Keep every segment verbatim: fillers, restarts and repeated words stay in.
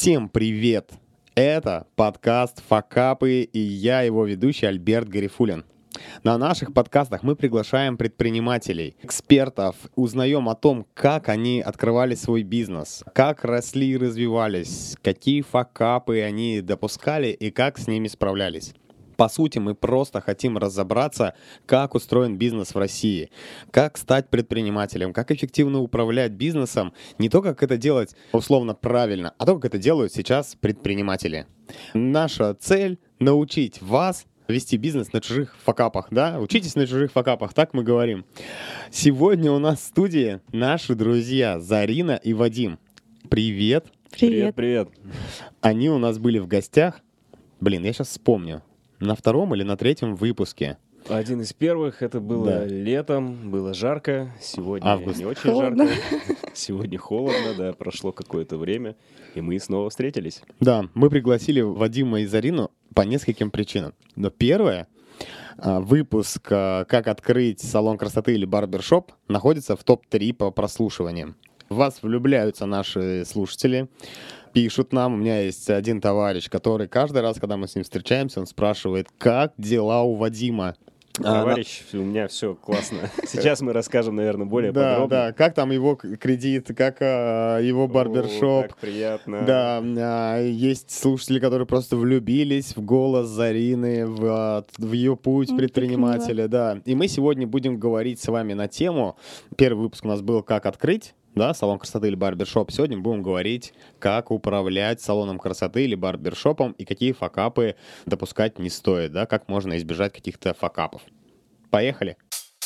Всем привет! Это подкаст «Факапы» и я, его ведущий Альберт Гарифуллин. На наших подкастах мы приглашаем предпринимателей, экспертов, узнаем о том, как они открывали свой бизнес, как росли и развивались, какие факапы они допускали и как с ними справлялись. По сути, мы просто хотим разобраться, как устроен бизнес в России, как стать предпринимателем, как эффективно управлять бизнесом, не то, как это делать условно правильно, а то, как это делают сейчас предприниматели. Наша цель — научить вас вести бизнес на чужих факапах, да? Учитесь на чужих факапах, так мы говорим. Сегодня у нас в студии наши друзья Зарина и Вадим. Привет. Привет. Привет. Они у нас были в гостях. Блин, я сейчас вспомню. На втором или на третьем выпуске. Один из первых, это было да. летом, было жарко, сегодня Август. не очень холодно. жарко, сегодня холодно, да, прошло какое-то время, и мы снова встретились. Да, мы пригласили Вадима и Зарину по нескольким причинам. Но первое, выпуск «Как открыть салон красоты или барбершоп» находится в топ три по прослушиваниям. В вас влюбляются наши слушатели. Пишут нам, у меня есть один товарищ, который каждый раз, когда мы с ним встречаемся, он спрашивает, как дела у Вадима? Товарищ, а, у меня все классно. Сейчас мы расскажем, наверное, более да, подробно. Да, как там его кредит, как а, его барбершоп. О, как приятно. Да, а, есть слушатели, которые просто влюбились в голос Зарины, в, в ее путь ну, предпринимателя. Да. И мы сегодня будем говорить с вами на тему. Первый выпуск у нас был «Как открыть». Да, салон красоты или барбершоп. Сегодня будем говорить, как управлять салоном красоты или барбершопом и какие факапы допускать не стоит, да, как можно избежать каких-то факапов. Поехали!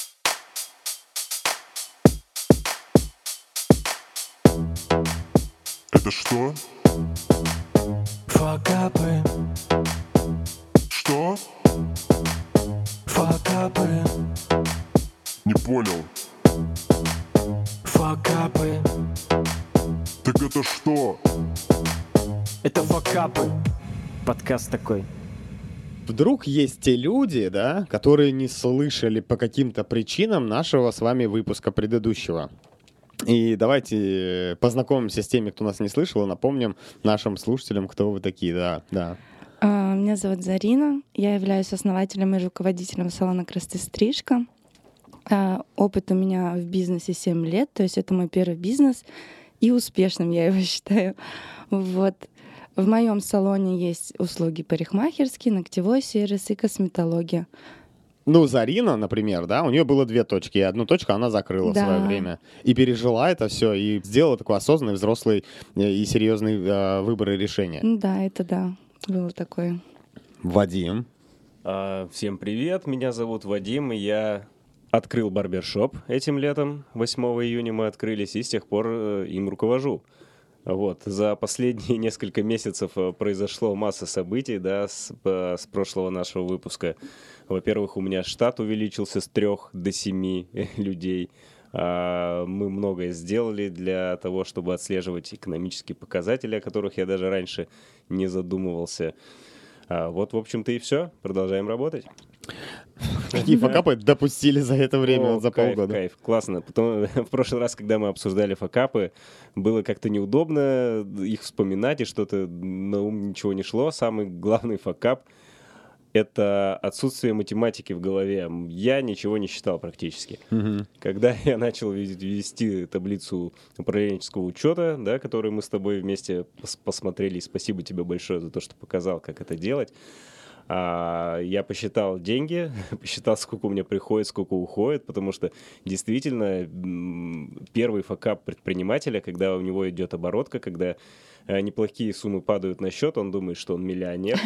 Это что? Факапы. Что? Факапы. Не понял. Факапы. Так это что? Это факапы. Подкаст такой. Вдруг есть те люди, да, которые не слышали по каким-то причинам нашего с вами выпуска предыдущего. И давайте познакомимся с теми, кто нас не слышал, и напомним нашим слушателям, кто вы такие. Да, да. Меня зовут Зарина. Я являюсь основателем и руководителем салона красоты «Стрижка». Опыт у меня в бизнесе семь лет, то есть это мой первый бизнес, и успешным я его считаю. Вот. В моем салоне есть услуги парикмахерские, ногтевой сервис и косметология. Ну, Зарина, например, да, у нее было две точки, и одну точку она закрыла да. в свое время. И пережила это все, и сделала такой осознанный, взрослый и серьезный э, выбор и решение. Да, это да, было такое. Вадим. А, всем привет, меня зовут Вадим, и я открыл барбершоп этим летом, восьмого июня мы открылись, и с тех пор им руковожу. Вот. За последние несколько месяцев произошло масса событий, да, с, с прошлого нашего выпуска. Во-первых, у меня штат увеличился с трех до семи людей. Мы многое сделали для того, чтобы отслеживать экономические показатели, о которых я даже раньше не задумывался. Вот, в общем-то, и все. Продолжаем работать. Какие факапы допустили за это время, О, вот за кайф, полгода? Кайф, классно. Потом, в прошлый раз, когда мы обсуждали факапы, было как-то неудобно их вспоминать, и что-то на ум ничего не шло. Самый главный факап — это отсутствие математики в голове. Я ничего не считал практически. Угу. Когда я начал вести таблицу управленческого учета, да, которую мы с тобой вместе пос- посмотрели, спасибо тебе большое за то, что показал, как это делать, А, я посчитал деньги, посчитал, сколько у меня приходит, сколько уходит, потому что действительно первый факап предпринимателя, когда у него идет оборотка, когда неплохие суммы падают на счет, он думает, что он миллионер.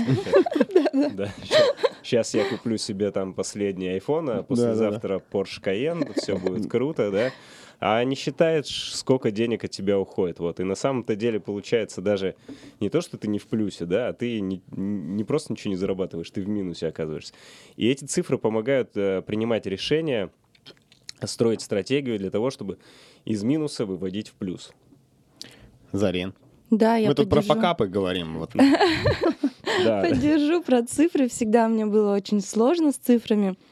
Сейчас я куплю себе там последний айфон, а послезавтра Porsche Cayenne, все будет круто, да. А не считает, сколько денег от тебя уходит. Вот. И на самом-то деле получается даже не то, что ты не в плюсе, да, а ты не, не просто ничего не зарабатываешь, ты в минусе оказываешься. И эти цифры помогают э, принимать решения, строить стратегию для того, чтобы из минуса выводить в плюс. Зарин. Да, я Мы тут поддержу. про факапы говорим. Вот. Поддержу про цифры. Всегда мне было очень сложно с цифрами.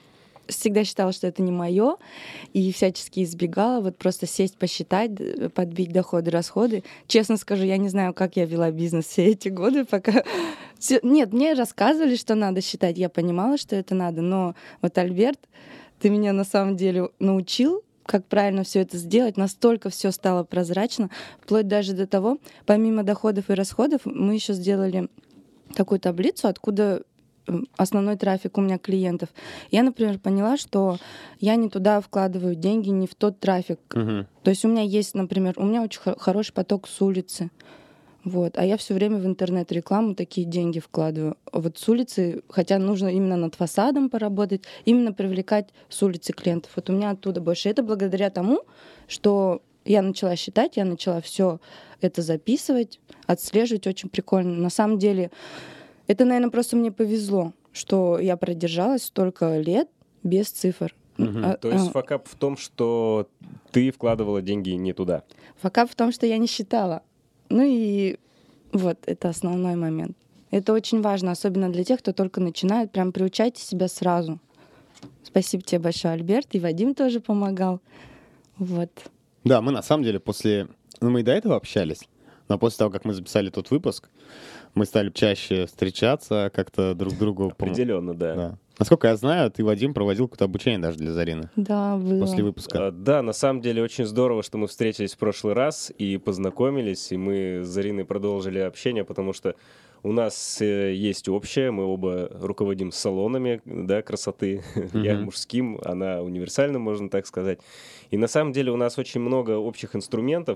всегда считала, что это не мое, и всячески избегала вот просто сесть, посчитать, подбить доходы, расходы. Честно скажу, я не знаю, как я вела бизнес все эти годы, пока... Нет, мне рассказывали, что надо считать, я понимала, что это надо, но вот, Альберт, ты меня на самом деле научил, как правильно все это сделать, настолько все стало прозрачно, вплоть даже до того, помимо доходов и расходов, мы еще сделали такую таблицу, откуда основной трафик у меня клиентов. Я, например, поняла, что я не туда вкладываю деньги, не в тот трафик. Угу. То есть у меня есть, например, у меня очень хороший поток с улицы. Вот. А я все время в интернет-рекламу такие деньги вкладываю. Вот с улицы, хотя нужно именно над фасадом поработать, именно привлекать с улицы клиентов. Вот у меня оттуда больше. Это благодаря тому, что я начала считать, я начала все это записывать, отслеживать. Очень прикольно. На самом деле, это, наверное, просто мне повезло, что я продержалась столько лет без цифр. Угу. А, То есть а... факап в том, что ты вкладывала деньги не туда? Факап в том, что я не считала. Ну и вот, это основной момент. Это очень важно, особенно для тех, кто только начинает. Прям приучайте себя сразу. Спасибо тебе большое, Альберт. И Вадим тоже помогал. Вот. Да, мы на самом деле после... Ну, мы и до этого общались, но после того, как мы записали тот выпуск, мы стали чаще встречаться, как-то друг другу... Определенно, да. да. Насколько я знаю, ты, Вадим, проводил какое-то обучение даже для Зарины. Да, было. После выпуска. А, да, на самом деле очень здорово, что мы встретились в прошлый раз и познакомились, и мы с Зариной продолжили общение, потому что у нас э, есть общее, мы оба руководим салонами, да, красоты. Mm-hmm. Я мужским, она универсальным, можно так сказать. И на самом деле у нас очень много общих инструментов.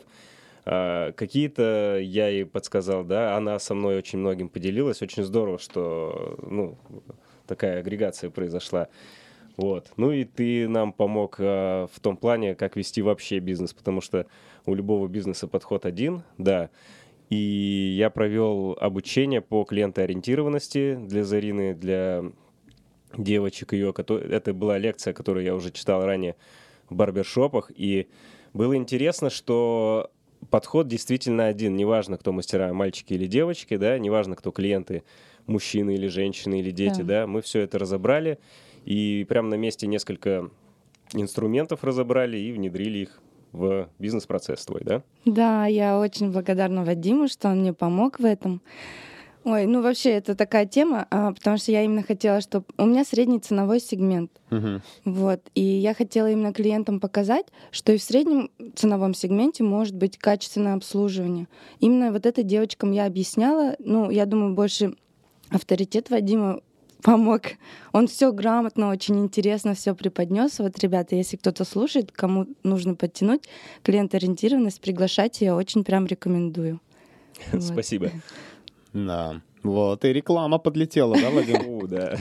А, какие-то я ей подсказал, да, она со мной очень многим поделилась. Очень здорово, что, ну... такая агрегация произошла. Вот. Ну и ты нам помог а, в том плане, как вести вообще бизнес, потому что у любого бизнеса подход один, да. И я провел обучение по клиентоориентированности для Зарины, для девочек ее. Это была лекция, которую я уже читал ранее в барбершопах. И было интересно, что подход действительно один. Неважно, кто мастера, мальчики или девочки, да, неважно, кто клиенты, мужчины или женщины или дети, да. да, мы все это разобрали и прямо на месте несколько инструментов разобрали и внедрили их в бизнес-процесс твой, да? Да, я очень благодарна Вадиму, что он мне помог в этом. Ой, ну вообще это такая тема, а, потому что я именно хотела, чтобы... У меня средний ценовой сегмент. Uh-huh. Вот. И я хотела именно клиентам показать, что и в среднем ценовом сегменте может быть качественное обслуживание. Именно вот это девочкам я объясняла. Ну, я думаю, больше авторитет Вадима помог. Он все грамотно, очень интересно все преподнес. Вот, ребята, если кто-то слушает, кому нужно подтянуть клиент-ориентированность, приглашайте, я очень прям рекомендую. Спасибо. Да. Вот, и реклама подлетела, да, Вадим? О, да.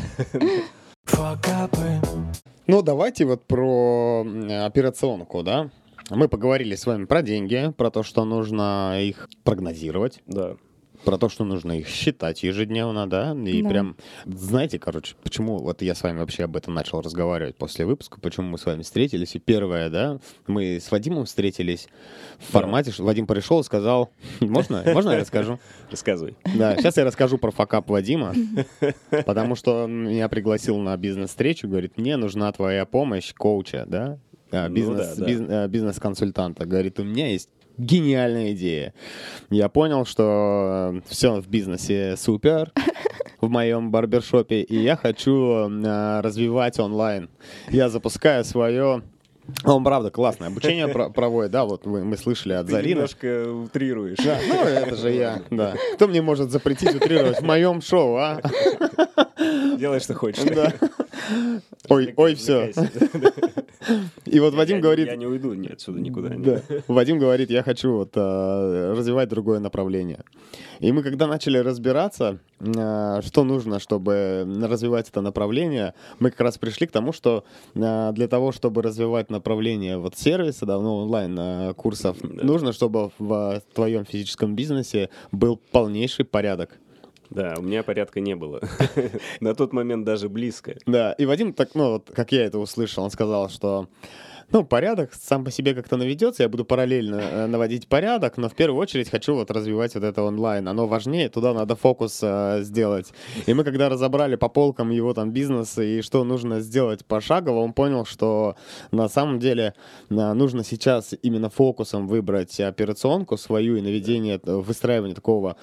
Ну, давайте вот про операционку, да? Мы поговорили с вами про деньги, про то, что нужно их прогнозировать. Да. Про то, что нужно их считать ежедневно, да, и да. прям, знаете, короче, почему вот я с вами вообще об этом начал разговаривать после выпуска, почему мы с вами встретились, и первое, да, мы с Вадимом встретились в формате, да. что Вадим пришел и сказал, можно, можно я расскажу? Рассказывай. Да, сейчас я расскажу про факап Вадима, потому что он меня пригласил на бизнес-встречу, говорит, мне нужна твоя помощь коуча, да, бизнес, ну, да, бизнес, да. бизнес-консультанта, говорит, у меня есть гениальная идея. Я понял, что все в бизнесе супер в моем барбершопе, и я хочу э, развивать онлайн. Я запускаю свое... Он, правда, классное обучение про- проводит, да, вот мы, мы слышали от Ты Зарины. немножко утрируешь. Да, ну, это же я, да. Кто мне может запретить утрировать в моем шоу, а? Делай, что хочешь. Да. Ой, ой, все. И вот Вадим я, говорит... Я не уйду не отсюда никуда. Да. Вадим говорит, я хочу вот, а, развивать другое направление. И мы когда начали разбираться, а, что нужно, чтобы развивать это направление, мы как раз пришли к тому, что а, для того, чтобы развивать направление вот сервиса, да, ну, онлайн-курсов, да. нужно, чтобы в твоем физическом бизнесе был полнейший порядок. Да, у меня порядка не было. На тот момент даже близко. Да, и Вадим, так, ну, вот, как я это услышал, он сказал, что Ну, порядок сам по себе как-то наведется, я буду параллельно э, наводить порядок, но в первую очередь хочу вот развивать вот это онлайн. Оно важнее, туда надо фокус э, сделать. И мы когда разобрали по полкам его там бизнес и что нужно сделать пошагово, он понял, что на самом деле э, нужно сейчас именно фокусом выбрать операционку свою и наведение, выстраивание такого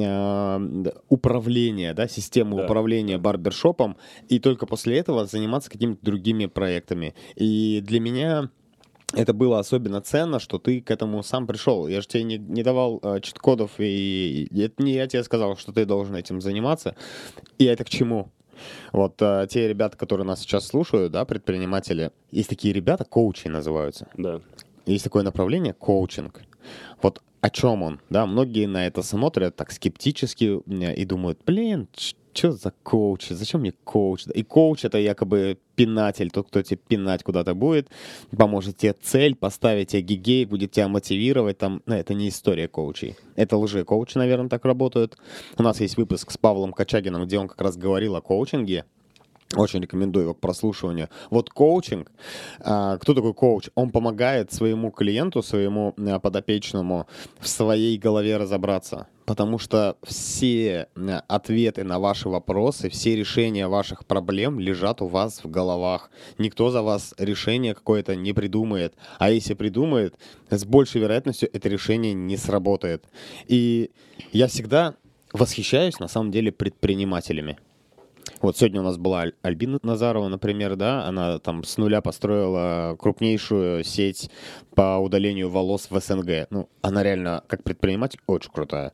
э, управления, да, системы Да. управления барбершопом, и только после этого заниматься какими-то другими проектами. И для меня это было особенно ценно, что ты к этому сам пришел. Я же тебе не, не давал э, чит-кодов, и, и это не я тебе сказал, что ты должен этим заниматься. И это к чему? Вот э, те ребята, которые нас сейчас слушают, да, предприниматели, есть такие ребята, коучи называются. Да. Есть такое направление — коучинг. Вот о чем он? Да, многие на это смотрят так скептически э, и думают, блин, что за коуч? Зачем мне коуч? И коуч — это якобы пинатель, тот, кто тебе пинать куда-то будет, поможет тебе цель поставить, тебе гигей, будет тебя мотивировать. Там, ну, это не история коучей. Это лжекоучи, наверное, так работают. У нас есть выпуск с Павлом Качагиным, где он как раз говорил о коучинге. Очень рекомендую его к прослушиванию. Вот коучинг. А, кто такой коуч? Он помогает своему клиенту, своему а, подопечному в своей голове разобраться. Потому что все а, ответы на ваши вопросы, все решения ваших проблем лежат у вас в головах. Никто за вас решение какое-то не придумает. А если придумает, с большей вероятностью это решение не сработает. И я всегда восхищаюсь, на самом деле, предпринимателями. Вот сегодня у нас была Аль- Альбина Назарова, например, да, она там с нуля построила крупнейшую сеть по удалению волос в СНГ. Ну, она реально, как предприниматель, очень крутая.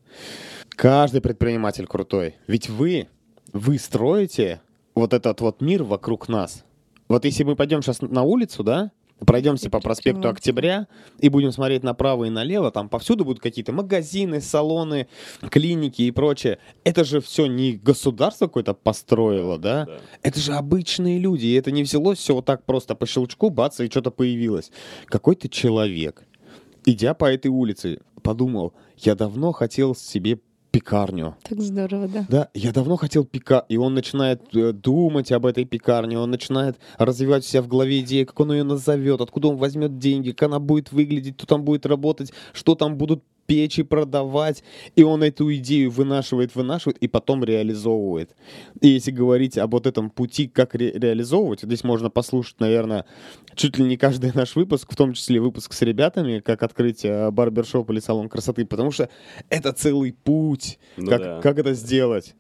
Каждый предприниматель крутой. Ведь вы, вы строите вот этот вот мир вокруг нас. Вот если мы пойдем сейчас на улицу, да, пройдемся по проспекту Октября и будем смотреть направо и налево, там повсюду будут какие-то магазины, салоны, клиники и прочее. Это же все не государство какое-то построило, да? Да. Это же обычные люди, и это не взялось все вот так просто по щелчку, бац, и что-то появилось. Какой-то человек, идя по этой улице, подумал, я давно хотел себе пекарню. Так здорово, да. Да, я давно хотел пекарню, и он начинает э, думать об этой пекарне, он начинает развивать у себя в голове идеи, как он ее назовет, откуда он возьмет деньги, как она будет выглядеть, кто там будет работать, что там будут печи продавать, и он эту идею вынашивает, вынашивает, и потом реализовывает. И если говорить об вот этом пути, как ре- реализовывать, здесь можно послушать, наверное, чуть ли не каждый наш выпуск, в том числе выпуск с ребятами, как открыть э, барбершоп или салон красоты, потому что это целый путь, Ну как, да. как это сделать.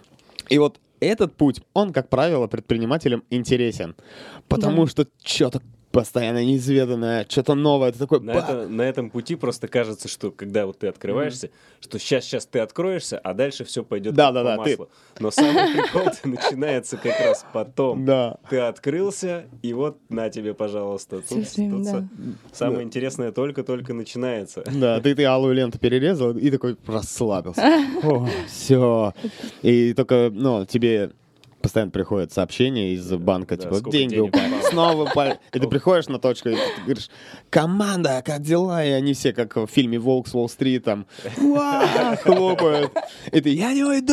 И вот этот путь, он, как правило, предпринимателям интересен, потому Да. что что-то постоянно неизведанное, что-то новое. Ты такой, На, ба- это- на этом пути просто кажется, что когда вот ты открываешься, что сейчас, сейчас ты откроешься, а дальше все пойдет Да, как да, по да, ты- маслу. Но самый прикол начинается как раз потом. Да. Ты открылся, и вот на тебе, пожалуйста. Тут, Совсем, тут да. са- Самое Да. интересное только-только начинается. Да, ты, ты алую ленту перерезал и такой расслабился. Все. И только, ну, тебе постоянно приходят сообщения из банка, Да, типа, сколько деньги денег упали, упало. снова упали. И ты приходишь на точку, и ты говоришь, команда, как дела? И они все, как в фильме «Волк с Уолл-стрит», там, «Уа!» хлопают. И ты, я не уйду!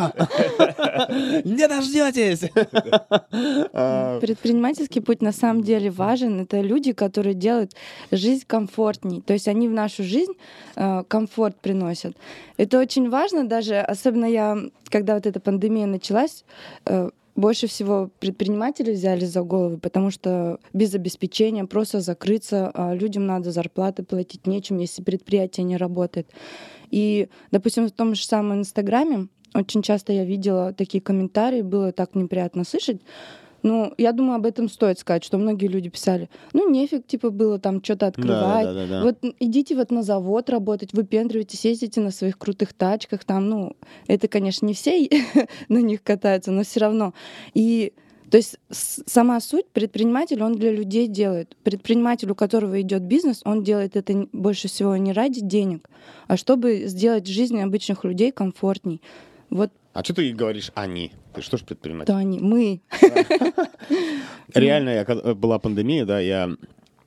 Не дождетесь! А, Предпринимательский путь на самом деле важен. Это люди, которые делают жизнь комфортней. То есть они в нашу жизнь э, комфорт приносят. Это очень важно даже, особенно я, когда вот эта пандемия началась, э, больше всего предприниматели взяли за голову, потому что без обеспечения просто закрыться, а людям надо зарплаты платить нечем, если предприятие не работает. И, допустим, в том же самом Инстаграме очень часто я видела такие комментарии, было так неприятно слышать. Ну, я думаю, об этом стоит сказать, что многие люди писали, ну, нефиг, типа, было там что-то открывать. Да, да, да, да. Вот идите вот на завод работать, выпендривайтесь, ездите на своих крутых тачках, там, ну, это, конечно, не все на них катаются, но все равно. И то есть с- сама суть, предприниматель, он для людей делает. Предприниматель, у которого идет бизнес, он делает это н- больше всего не ради денег, а чтобы сделать жизнь обычных людей комфортней. Вот А что ты говоришь «они»? Ты что ж предприниматель? то они, мы. Реально, я, когда была пандемия, да, я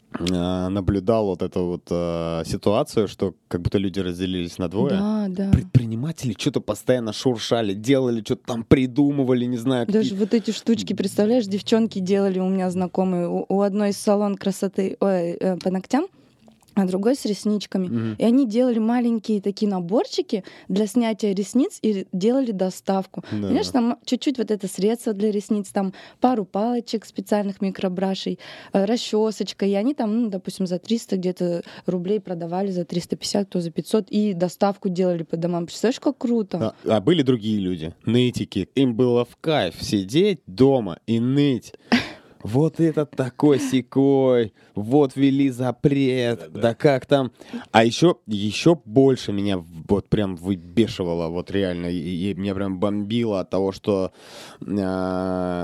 э, наблюдал вот эту вот э, ситуацию, что как будто люди разделились на двое. Да, да. Предприниматели что-то постоянно шуршали, делали, что-то там придумывали, не знаю. Даже какие- вот эти штучки, представляешь, девчонки делали у меня знакомые. У, у одной салон красоты ой, э, по ногтям, а другой с ресничками. Мгм. И они делали маленькие такие наборчики для снятия ресниц и делали доставку. Да. Понимаешь, там чуть-чуть вот это средство для ресниц, там пару палочек специальных микробрашей, э, расчесочка. И они там, ну, допустим, за триста где-то рублей продавали, за триста пятьдесят, кто за пятьсот. И доставку делали по домам. Представляешь, как круто? А, а были другие люди, нытики. Им было в кайф сидеть дома и ныть. Вот этот такой сикой, вот ввели запрет, да, Да-да. как там. А еще, еще больше меня вот прям выбешивало, вот реально, и, и меня прям бомбило от того, что... а,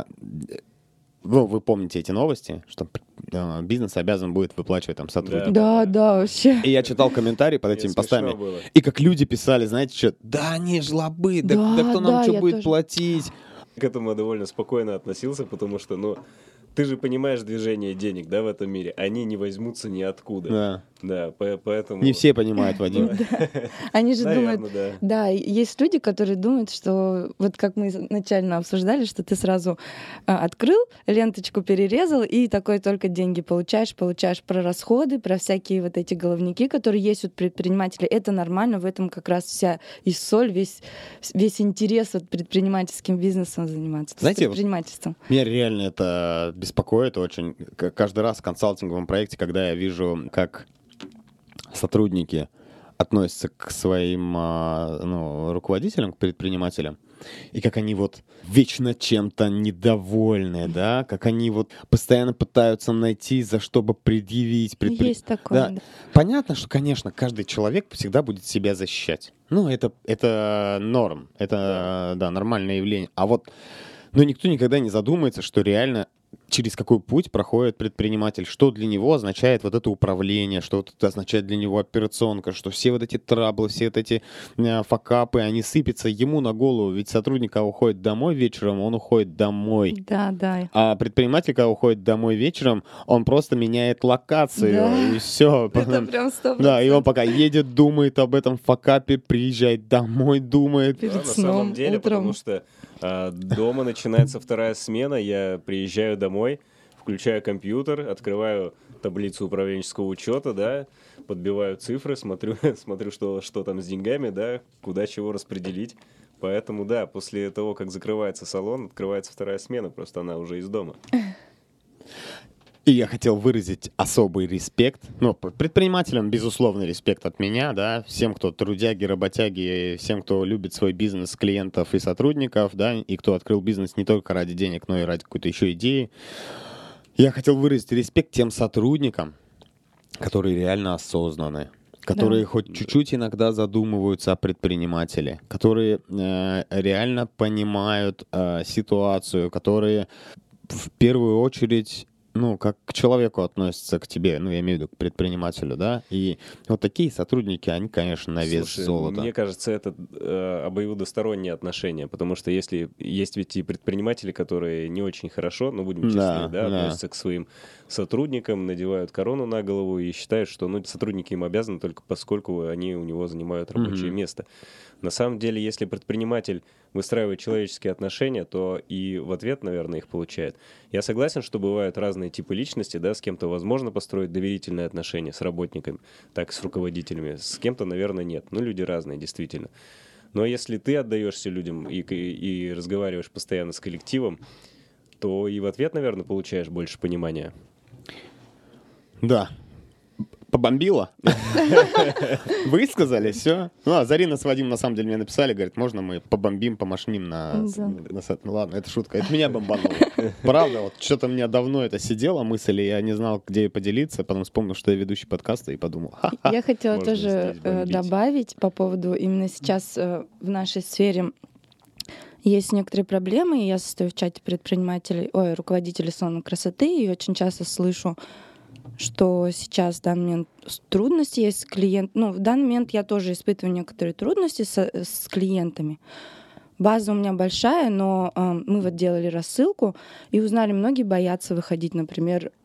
ну, вы помните эти новости, что а, бизнес обязан будет выплачивать там сотрудникам. Да, да, вообще. И я читал комментарии под Мне этими смешно постами. было. И как люди писали, знаете, что, да они жлобы, да, Да, да кто нам да, что я будет тоже. платить? К этому я довольно спокойно относился, потому что, ну, ты же понимаешь движение денег, да, в этом мире. Они не возьмутся ниоткуда. Да. Да, по- поэтому... Не все понимают, Вадим. Они же Наверно, думают, да. да, и есть люди, которые думают, что вот как мы изначально обсуждали, что ты сразу а, открыл, ленточку перерезал, и такой только деньги получаешь, получаешь про расходы, про всякие вот эти головники, которые есть у предпринимателей. Это нормально, в этом как раз вся и соль, весь, весь интерес вот предпринимательским бизнесом заниматься, то есть Знаете, вот предпринимательством. Меня реально это беспокоит очень. К- Каждый раз в консалтинговом проекте, когда я вижу, как сотрудники относятся к своим а, ну, руководителям, к предпринимателям, и как они вот вечно чем-то недовольны, да, как они вот постоянно пытаются найти, за что бы предъявить. Ну, предпри- есть такое. Да. Да. Понятно, что, конечно, каждый человек всегда будет себя защищать. Ну, это, это норм, это, да, нормальное явление. А вот, но никто никогда не задумается, что реально через какой путь проходит предприниматель, что для него означает вот это управление, что вот это означает для него операционка, что все вот эти траблы, все вот эти э, факапы, они сыпятся ему на голову. Ведь сотрудник, когда уходит домой вечером, он уходит домой. Да, да. А предприниматель, когда уходит домой вечером, он просто меняет локацию, Да. и все. Это прям сто Да, и он пока едет, думает об этом факапе, приезжает домой, думает. Перед Да, на сном, самом деле, утром. потому что а, дома начинается вторая смена, я приезжаю домой, включаю компьютер, открываю таблицу управленческого учета, да, подбиваю цифры, смотрю, смотрю что, что там с деньгами, да, куда чего распределить. Поэтому, да, после того, как закрывается салон, открывается вторая смена, просто она уже из дома. И я хотел выразить особый респект, ну, п- предпринимателям, безусловный респект от меня, да, всем, кто трудяги, работяги, всем, кто любит свой бизнес, клиентов и сотрудников, да, и кто открыл бизнес не только ради денег, но и ради какой-то еще идеи. Я хотел выразить респект тем сотрудникам, которые реально осознаны, которые Да. хоть чуть-чуть иногда задумываются о предпринимателе, которые э, реально понимают э, ситуацию, которые в первую очередь, ну, как к человеку относятся, к тебе, ну, я имею в виду к предпринимателю, да, и вот такие сотрудники, они, конечно, на вес Слушай, золота. мне кажется, это э, обоюдосторонние отношения, потому что если есть ведь и предприниматели, которые не очень хорошо, ну, будем честны, Да, да, да. относятся к своим сотрудникам, надевают корону на голову и считают, что, ну, сотрудники им обязаны только поскольку они у него занимают рабочее Мгм. место. На самом деле, если предприниматель выстраивает человеческие отношения, то и в ответ, наверное, их получает. Я согласен, что бывают разные типы личности, да, с кем-то возможно построить доверительные отношения с работниками, так и с руководителями, с кем-то, наверное, нет. Ну, люди разные, действительно. Но если ты отдаешься людям и, и разговариваешь постоянно с коллективом, то и в ответ, наверное, получаешь больше понимания. Да. Побомбило? Высказали, все. Ну, а Зарина с Вадимом на самом деле мне написали, говорят, можно мы побомбим, помашним на... Да. на сет? Ну ладно, это шутка. Это меня бомбануло. Правда, вот что-то у меня давно это сидела мысль, и я не знал, где ей поделиться. Потом вспомнил, что я ведущий подкаста, и подумал, ха-ха. Я хотела Можно тоже здесь э, бомбить. добавить по поводу именно сейчас э, в нашей сфере есть некоторые проблемы, и я состою в чате предпринимателей, ой, руководителей салона красоты, и очень часто слышу, что сейчас в данный момент с- трудности есть с клиентом. Ну, в данный момент я тоже испытываю некоторые трудности со- с клиентами. База у меня большая, но э, мы вот делали рассылку и узнали, многие боятся выходить, например,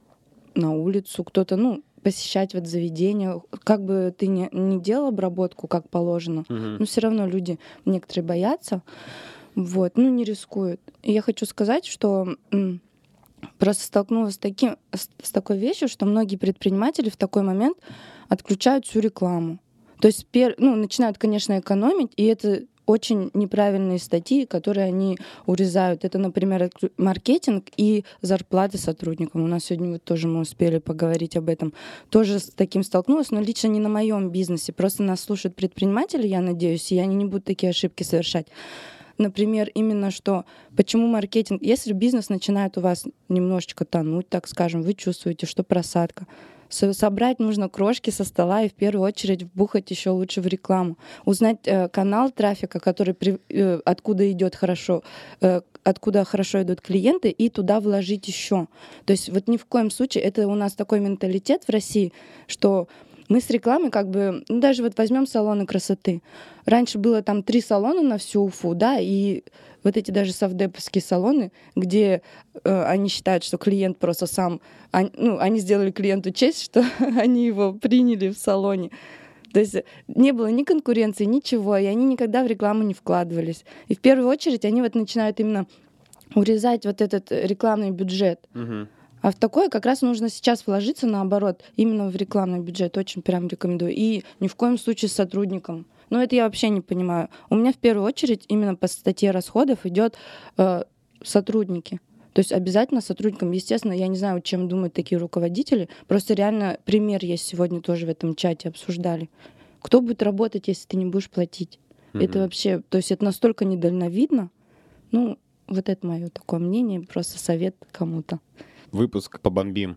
на улицу, кто-то, ну, посещать вот заведения. Как бы ты ни, не делал обработку, как положено, Мгм. но все равно люди некоторые боятся, вот, ну, не рискуют. И я хочу сказать, что м, просто столкнулась с, таким, с, с такой вещью, что многие предприниматели в такой момент отключают всю рекламу. То есть пер, ну, начинают, конечно, экономить, и это очень неправильные статьи, которые они урезают. Это, например, отклю- маркетинг и зарплаты сотрудникам. У нас сегодня вот тоже мы успели поговорить об этом. Тоже с таким столкнулась, но лично не на моем бизнесе. Просто нас слушают предприниматели, я надеюсь, и они не будут такие ошибки совершать. Например, именно что, почему маркетинг, если бизнес начинает у вас немножечко тонуть, так скажем, вы чувствуете, что просадка, со- собрать нужно крошки со стола и в первую очередь вбухать еще лучше в рекламу. Узнать э, канал трафика, который при- э, откуда идет хорошо, э, откуда хорошо идут клиенты, и туда вложить еще. То есть вот ни в коем случае, это у нас такой менталитет в России, что мы с рекламой как бы, ну, даже вот возьмем салоны красоты. Раньше было там три салона на всю Уфу, да, и вот эти даже совдеповские салоны, где э, они считают, что клиент просто сам, они, ну, они сделали клиенту честь, что они его приняли в салоне. То есть не было ни конкуренции, ничего, и они никогда в рекламу не вкладывались. И в первую очередь они вот начинают именно урезать вот этот рекламный бюджет. Мгм. А в такое как раз нужно сейчас вложиться, наоборот, именно в рекламный бюджет. Очень прям рекомендую. И ни в коем случае с сотрудником. Но это я вообще не понимаю. У меня в первую очередь именно по статье расходов идет э, сотрудники. То есть обязательно сотрудникам. Естественно, я не знаю, чем думают такие руководители. Просто реально пример есть сегодня тоже в этом чате обсуждали. Кто будет работать, если ты не будешь платить? Мгм. Это вообще, то есть это настолько недальновидно. Ну, вот это мое такое мнение, просто совет кому-то. Выпуск побомбим.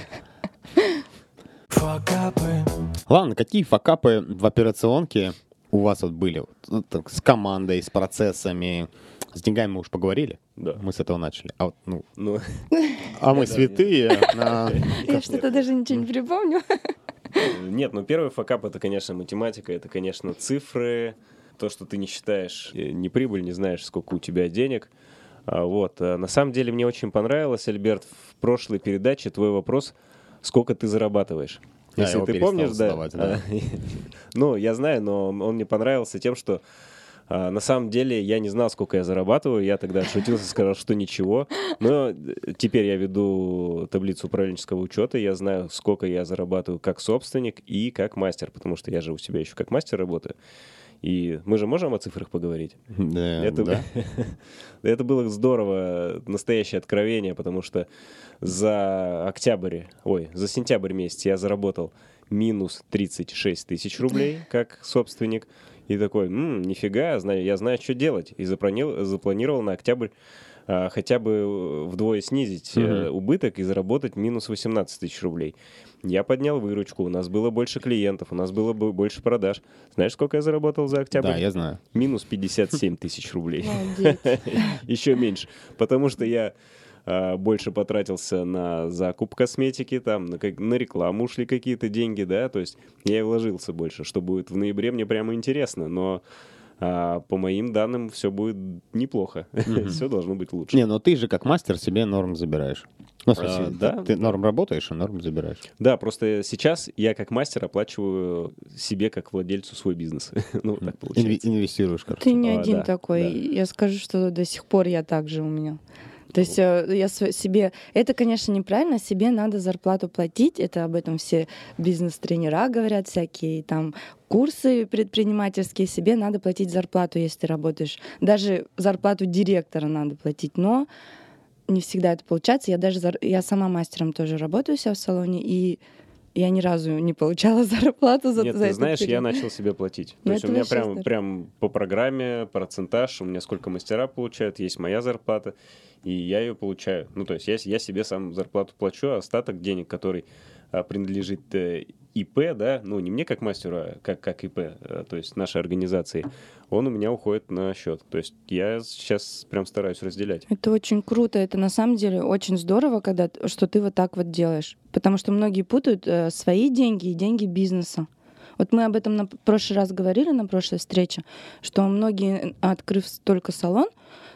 Факапы. Ладно, какие факапы в операционке у вас вот были? Вот, ну, так, с командой, с процессами. С деньгами мы уж поговорили. Да. Мы с этого начали. А, вот, ну, Ну, а мы Да, святые. а, Я что-то даже ничего не припомню. нет, ну первый факап — это, конечно, математика, это, конечно, цифры, то, что ты не считаешь э, ни прибыль, не знаешь, сколько у тебя денег. А, Вот. А на самом деле мне очень понравилось, Альберт, в прошлой передаче твой вопрос, сколько ты зарабатываешь. Я Если его ты перестал помнишь, да. задавать, да. А, Ну, я знаю, но он мне понравился тем, что а, на самом деле я не знал, сколько я зарабатываю. Я тогда отшутился, сказал, что ничего. Но э, теперь я веду таблицу управленческого учета. Я знаю, сколько я зарабатываю как собственник и как мастер, потому что я же у себя еще как мастер работаю. И мы же можем о цифрах поговорить? Да, Это, да. это было здорово, настоящее откровение, потому что за октябрь, ой, за сентябрь месяц я заработал минус тридцать шесть тысяч рублей как собственник. И такой, м, нифига, знаю, я знаю, что делать. И запланировал, запланировал на октябрь а, хотя бы вдвое снизить э, убыток и заработать минус восемнадцать тысяч рублей. Я поднял выручку, у нас было больше клиентов, у нас было бы больше продаж. Знаешь, сколько я заработал за октябрь? Да, я знаю. Минус пятьдесят семь тысяч рублей. Молодец. Еще меньше. Потому что я а, больше потратился на закуп косметики, там, на, как- на рекламу ушли какие-то деньги, да, то есть я и вложился больше. Что будет в ноябре, мне прямо интересно, но а, по моим данным все будет неплохо. Все должно быть лучше. Не, но ты же как мастер себе норм забираешь. Ну, в смысле, А, да, ты да. норм работаешь, а норм забираешь. Да, просто сейчас я как мастер оплачиваю себе как владельцу свой бизнес. Ну, так Инве- получается. инвестируешь, короче. Ты не А, один да, такой. да. Я скажу, что до сих пор я так же у меня. То есть э, я св- себе... Это, конечно, неправильно. Себе надо зарплату платить. Это об этом все бизнес-тренера говорят, всякие там курсы предпринимательские. Себе надо платить зарплату, если ты работаешь. Даже зарплату директора надо платить. Но не всегда это получается. Я даже зар- я сама мастером тоже работаю у себя в салоне, и я ни разу не получала зарплату за, Нет, за ты этот знаешь, я период. начал себе платить. Ну, То есть у это меня вообще прям, здорово. прям по программе процентаж, у меня сколько мастера получают, есть моя зарплата, и я ее получаю. Ну, то есть я, я себе сам зарплату плачу, а остаток денег, который а, принадлежит э, ИП, да, ну, не мне как мастеру, а как, как ИП, а, то есть нашей организации, он у меня уходит на счет. То есть я сейчас прям стараюсь разделять. Это очень круто, это на самом деле очень здорово, когда т- что ты вот так вот делаешь, потому что многие путают э, свои деньги и деньги бизнеса. Вот мы об этом на п- прошлый раз говорили на прошлой встрече, что многие, открыв только салон,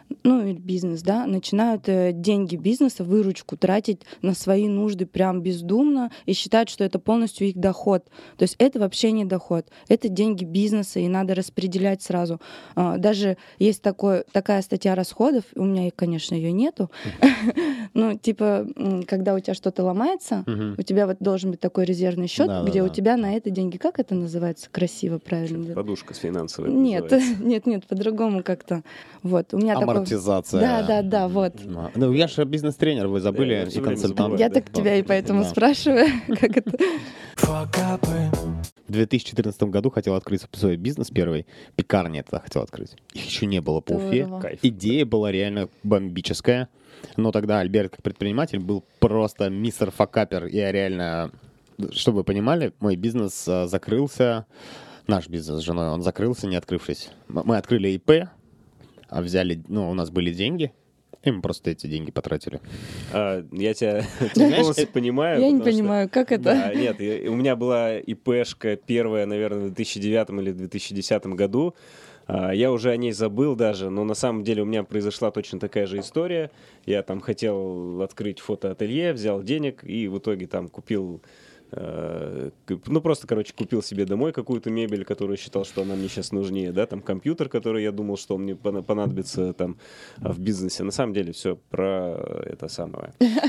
ну, или бизнес, да, начинают э, деньги бизнеса, выручку тратить на свои нужды прям бездумно и считают, что это полностью их доход. То есть это вообще не доход, это деньги бизнеса, и надо распределять сразу. А, даже есть такой, такая статья расходов, у меня, конечно, ее нету, ну, типа, когда у тебя что-то ломается, у тебя вот должен быть такой резервный счет, где у тебя на это деньги, как это называется, красиво, правильно? Подушка с финансовой. Нет, нет, нет, по-другому как-то. Вот, у меня такой... Амортизация. Да, да, да, вот. Ну, я же бизнес-тренер, вы забыли, Да, я и всё время консультант. забываю. Я так тебя и поэтому Да. спрашиваю, как это... Факапы. В две тысячи четырнадцатом году хотел открыть свой бизнес первый. Пекарни это хотел открыть. Их еще не было по Уфе. Здорово. Кайф. Идея была реально бомбическая. Но тогда Альберт, как предприниматель, был просто мистер факапер. Я реально, чтобы вы понимали, мой бизнес а, закрылся. Наш бизнес с женой, он закрылся, не открывшись. М- Мы открыли ИП, а взяли, ну, у нас были деньги, и мы просто эти деньги потратили. А, я тебя знаешь, полностью э, понимаю. Я не потому что- понимаю, как это... Да, нет, я- у меня была ИПшка первая, наверное, в две тысячи девятом или две тысячи десятом году. А, Я уже о ней забыл даже, но на самом деле у меня произошла точно такая же история. Я там хотел открыть фотоателье, взял денег и в итоге там купил... э, к- Ну, просто, короче, купил себе домой какую-то мебель, которую считал, что она мне сейчас нужнее, да, там компьютер, который я думал, что он мне пона- понадобится там а, в бизнесе. На самом деле все про это самое.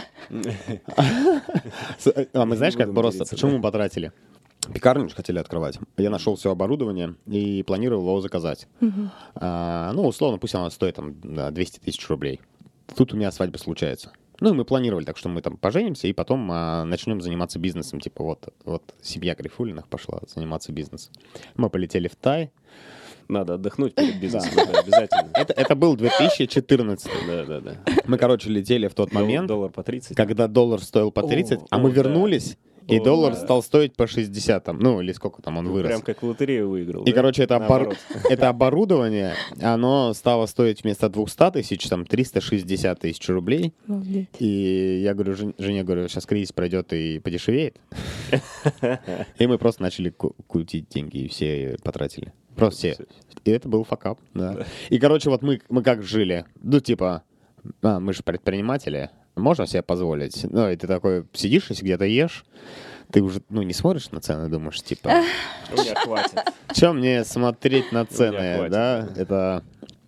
С- А мы знаешь, Не как буду просто, материться, почему да. мы потратили? Пекарню же хотели открывать. Я нашел все оборудование и планировал его заказать. А, ну, условно, пусть оно стоит там да, двести тысяч рублей. Тут у меня свадьба случается. Ну, и мы планировали, так что мы там поженимся и потом а, начнем заниматься бизнесом. Типа вот, вот семья Гарифуллиных пошла заниматься бизнесом. Мы полетели в Тай. Надо отдохнуть перед бизнесом, это обязательно. Это, это был две тысячи четырнадцатый. Да, да, да. Мы, короче, летели в тот момент, Доллар по тридцать. когда доллар стоил по тридцать, О, а мы о, да. вернулись, и О, доллар да. стал стоить по шестьдесят. Там, ну, или сколько там он вырос. Прям как в лотерею выиграл. И, да? короче, это, обор- Наоборот. это оборудование, оно стало стоить вместо двухсот тысяч, там, триста шестьдесят тысяч рублей. Обалдеть. И я говорю, Жен- жене, говорю, сейчас кризис пройдет и подешевеет. И мы просто начали ку- кутить деньги, и все потратили. Просто все. И это был факап, да. И, короче, вот мы, мы как жили. Ну, типа, а, мы же предприниматели, можно себе позволить. Ну, и ты такой сидишь, если где-то ешь, ты уже, ну, не смотришь на цены, думаешь, типа, У меня хватит. что мне смотреть на цены, хватит, да? Это...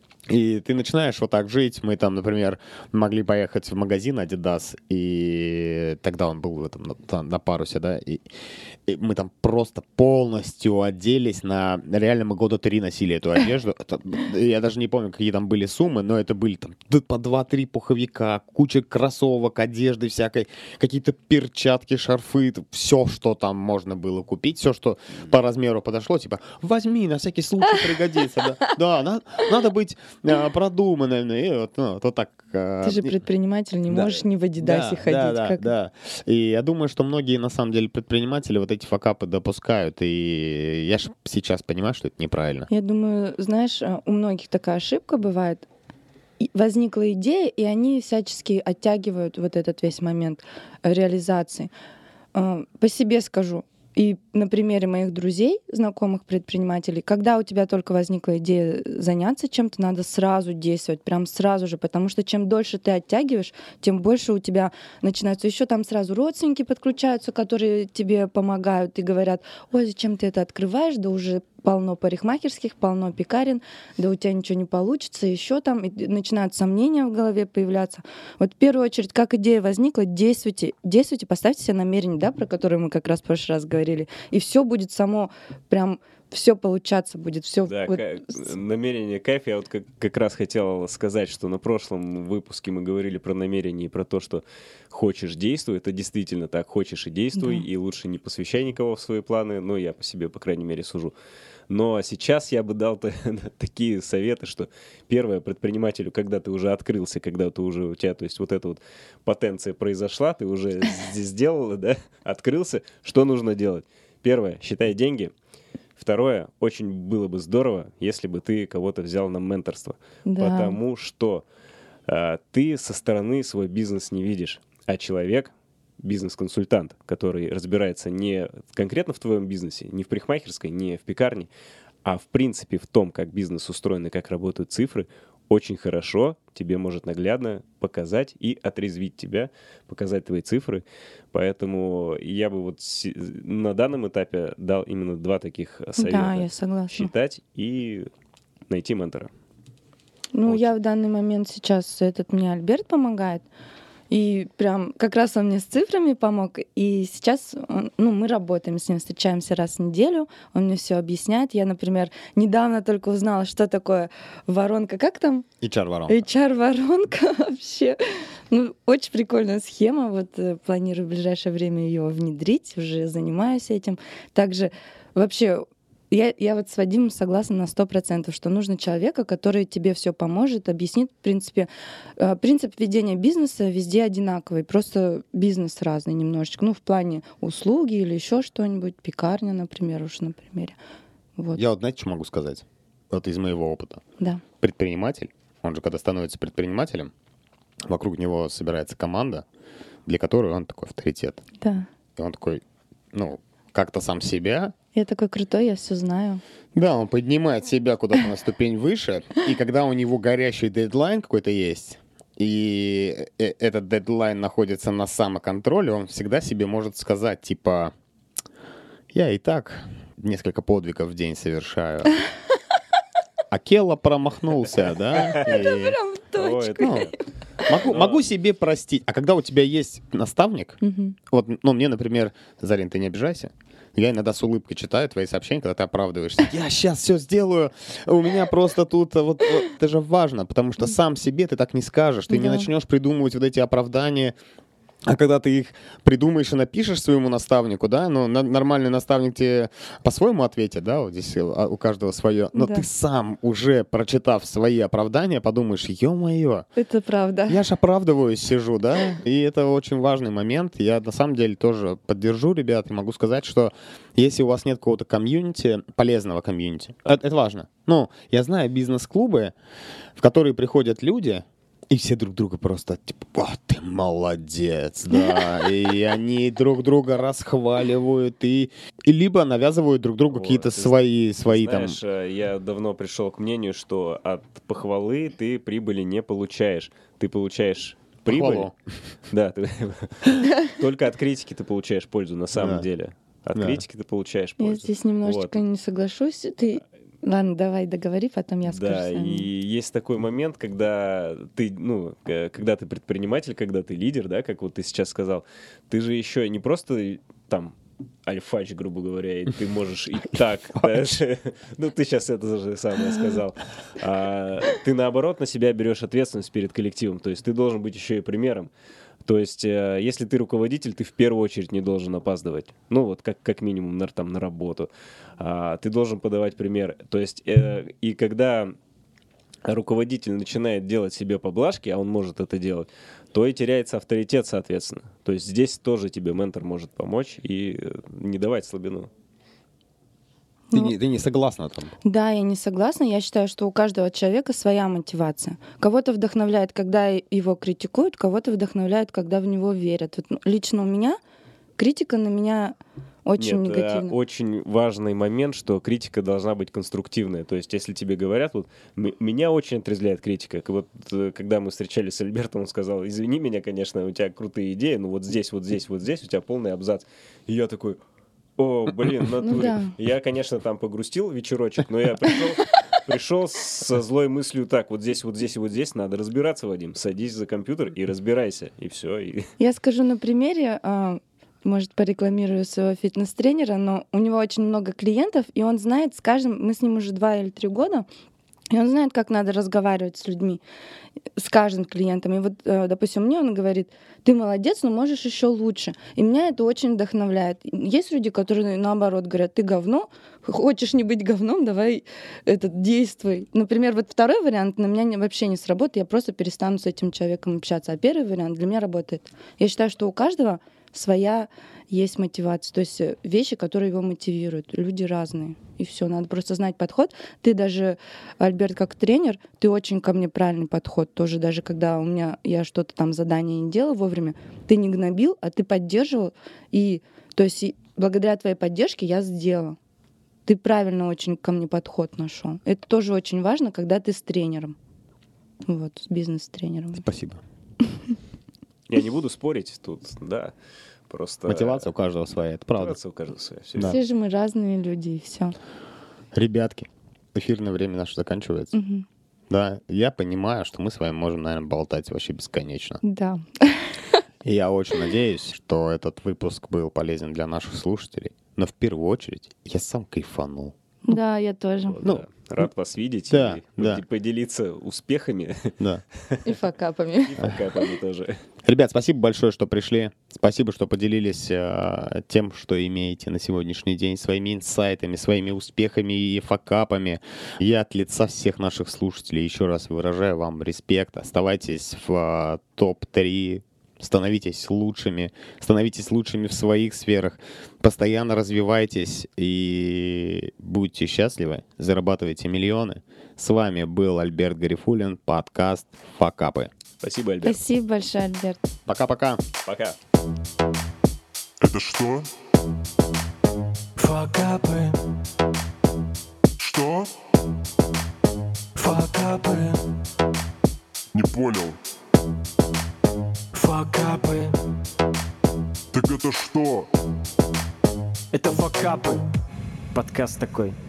И ты начинаешь вот так жить. Мы там, например, могли поехать в магазин Adidas, и тогда он был в этом, на, там, на парусе, да, и, и мы там просто полностью оделись на... Реально мы года три носили эту одежду. Это- я даже не помню, какие там были суммы, но это были там д- по два-три пуховика, куча кроссовок, одежды всякой, какие-то перчатки, шарфы, все, что там можно было купить, все, что по размеру подошло, типа, возьми, на всякий случай пригодится. Да, да на- надо быть а, продуманным. И вот, ну, вот, вот так. а, Ты же и- предприниматель, не Да. можешь не в Адидасе да, ходить. Да, да, как... да. И я думаю, что многие, на самом деле, предприниматели вот эти факапы допускают. И я ж сейчас понимаю, что это неправильно. Я думаю, знаешь, а, у многих такая ошибка бывает. И возникла идея, и они всячески оттягивают вот этот весь момент э, реализации. А, По себе скажу. И на примере моих друзей, знакомых предпринимателей, когда у тебя только возникла идея заняться чем-то, надо сразу действовать, прям сразу же, потому что чем дольше ты оттягиваешь, тем больше у тебя начинаются еще там сразу родственники подключаются, которые тебе помогают и говорят, ой, зачем ты это открываешь, да уже полно парикмахерских, полно пекарен, да у тебя ничего не получится, еще там и начинают сомнения в голове появляться. Вот в первую очередь, как идея возникла, действуйте, действуйте, поставьте себе намерение, да, про которое мы как раз в прошлый раз говорили, и все будет само, прям все получаться будет, все. Да, вот, ка- намерение кайф. Я вот как, как раз хотел сказать, что на прошлом выпуске мы говорили про намерение и про то, что хочешь — действуй. Это действительно так, хочешь и действуй, Да. и лучше не посвящай никого в свои планы. Ну, я по себе, по крайней мере, сужу. Но сейчас я бы дал та- такие советы, что первое, предпринимателю, когда ты уже открылся, когда ты уже у тебя, то есть вот эта вот потенция произошла, ты уже здесь сделал, да, открылся, что нужно делать? Первое, считай деньги. Второе, очень было бы здорово, если бы ты кого-то взял на менторство, Да. потому что а, ты со стороны свой бизнес не видишь, а человек, бизнес-консультант, который разбирается не конкретно в твоем бизнесе, не в парикмахерской, не в пекарне, а в принципе в том, как бизнес устроен и как работают цифры, очень хорошо тебе может наглядно показать и отрезвить тебя, показать твои цифры. Поэтому я бы вот с- на данном этапе дал именно два таких совета. Да, я согласна. Считать и найти ментора. Ну, Вот. я в данный момент сейчас, этот мне Альберт помогает. И прям как раз он мне с цифрами помог. И сейчас он- ну, мы работаем с ним, встречаемся раз в неделю. Он мне все объясняет. Я, например, недавно только узнала, что такое воронка. Как там? эйч ар-воронка. эйч ар-воронка вообще. Ну, очень прикольная схема. Вот э, планирую в ближайшее время ее внедрить. Уже занимаюсь этим. Также вообще я, я вот с Вадимом согласна на сто процентов, что нужно человека, который тебе все поможет, объяснит. В принципе, э, принцип ведения бизнеса везде одинаковый, просто бизнес разный немножечко. Ну, в плане услуги или еще что-нибудь, пекарня, например, уж на примере. Вот, Я вот, знаете, что могу сказать? Вот из моего опыта. да. Предприниматель, он же, когда становится предпринимателем, вокруг него собирается команда, для которой он такой авторитет. Да. И он такой, ну, как-то сам себя. Я такой крутой, я все знаю. Да, он поднимает себя куда-то на ступень выше, и когда у него горящий дедлайн какой-то есть, и э- этот дедлайн находится на самоконтроле, он всегда себе может сказать, типа, я и так несколько подвигов в день совершаю. А Келла промахнулся, да? И- Прям О, точно. это- ну, могу, Но- могу себе простить. А когда у тебя есть наставник, Мгм. вот, ну, мне, например, Зарин, ты не обижайся, я иногда с улыбкой читаю твои сообщения, когда ты оправдываешься. Я сейчас все сделаю, у меня просто тут, вот, вот, это же важно, потому что сам себе ты так не скажешь, ты не Да. начнешь придумывать вот эти оправдания. А когда ты их придумаешь и напишешь своему наставнику, да, ну, на- нормальный наставник тебе по-своему ответит, да, вот здесь а, у каждого свое, но Да. ты сам, уже прочитав свои оправдания, подумаешь, ё-моё, Это правда. я ж оправдываюсь, сижу, да, и это очень важный момент. Я на самом деле тоже поддержу ребят и могу сказать, что если у вас нет какого-то комьюнити, полезного комьюнити, это, это важно. Ну, я знаю бизнес-клубы, в которые приходят люди, и все друг друга просто, типа, о, ты молодец, да, и они друг друга расхваливают, и, и либо навязывают друг другу Вот, какие-то ты свои, свои там... Знаешь, э, я давно пришел к мнению, что от похвалы ты прибыли не получаешь. Ты получаешь прибыль. Похвалу. Да, ты- только от критики ты получаешь пользу на самом Да. деле. От Да. критики ты получаешь Я пользу. здесь немножечко Вот. не соглашусь. Ты... Ладно, давай договори, потом я скажу. Да, своё и мнение. есть такой момент, когда ты, ну, э, когда ты предприниматель, когда ты лидер, да, как вот ты сейчас сказал, ты же еще не просто там альфач, грубо говоря, и ты можешь и так даже, ну, ты сейчас это же самое сказал, а ты, наоборот, на себя берешь ответственность перед коллективом, то есть ты должен быть еще и примером. То есть, э, если ты руководитель, ты в первую очередь не должен опаздывать. Ну, вот как, как минимум на, там, на работу. А, ты должен подавать пример. То есть, э, и когда руководитель начинает делать себе поблажки, а он может это делать, то и теряется авторитет, соответственно. То есть, здесь тоже тебе ментор может помочь и э, не давать слабину. Ты, Ну, не, ты не согласна там? Да, я не согласна. Я считаю, что у каждого человека своя мотивация. Кого-то вдохновляет, когда его критикуют, кого-то вдохновляет, когда в него верят. Вот ну, лично у меня критика на меня очень Нет, негативно. э, очень важный момент, что критика должна быть конструктивная. То есть, если тебе говорят, вот м- меня очень отрезвляет критика. К- Вот э, когда мы встречались с Альбертом, он сказал: извини меня, конечно, у тебя крутые идеи, но вот здесь, вот здесь, вот здесь у тебя полный абзац. И я такой: о, блин, в натуре. Ну да. Я, конечно, там погрустил вечерочек, но я пришел, пришел со злой мыслью: так, вот здесь, вот здесь и вот здесь надо разбираться, Вадим. Садись за компьютер и разбирайся, и все. И... Я скажу на примере, а, может, порекламирую своего фитнес-тренера, но у него очень много клиентов, и он знает с каждым, мы с ним уже два или три года, и он знает, как надо разговаривать с людьми, с каждым клиентом. И вот, э, допустим, мне он говорит: ты молодец, но можешь еще лучше. И меня это очень вдохновляет. Есть люди, которые наоборот говорят: ты говно, хочешь не быть говном, давай этот, действуй. Например, вот второй вариант на меня не- вообще не сработает, я просто перестану с этим человеком общаться. А первый вариант для меня работает. Я считаю, что у каждого своя есть мотивация, то есть э, вещи, которые его мотивируют. Люди разные. И все, надо просто знать подход. Ты даже, Альберт, как тренер, ты очень ко мне правильный подход. Тоже даже когда у меня я что-то там задание не делала вовремя, ты не гнобил, а ты поддерживал. И то есть и благодаря твоей поддержке я сделала. Ты правильно очень ко мне подход нашел. Это тоже очень важно, когда ты с тренером. вот, с бизнес-тренером. Спасибо. Я не буду спорить тут, да. Просто... Мотивация у каждого своя, это правда. Мотивация у каждого своя. Всё. Да. Все же мы разные люди, и все. Ребятки, эфирное время наше заканчивается. Да, я понимаю, что мы с вами можем, наверное, болтать вообще бесконечно. Да. И я очень надеюсь, что этот выпуск был полезен для наших слушателей. Но в первую очередь я сам кайфанул. Да, я тоже. Вот, Ну, да. Рад вас видеть да, и да. поди- поделиться успехами Да. И факапами. и факапами тоже. Ребят, спасибо большое, что пришли. Спасибо, что поделились э, тем, что имеете на сегодняшний день, своими инсайтами, своими успехами и факапами. Я от лица всех наших слушателей еще раз выражаю вам респект. Оставайтесь в э, топ три. Становитесь лучшими, становитесь лучшими в своих сферах, постоянно развивайтесь и будьте счастливы, зарабатывайте миллионы. С вами был Альберт Гарифуллин, подкаст «Факапы». Спасибо, Альберт. Спасибо большое, Альберт. Пока-пока. Пока. Это что? Факапы, Что? факапы, Не понял. факапы. Так это что? Это факапы. Подкаст такой.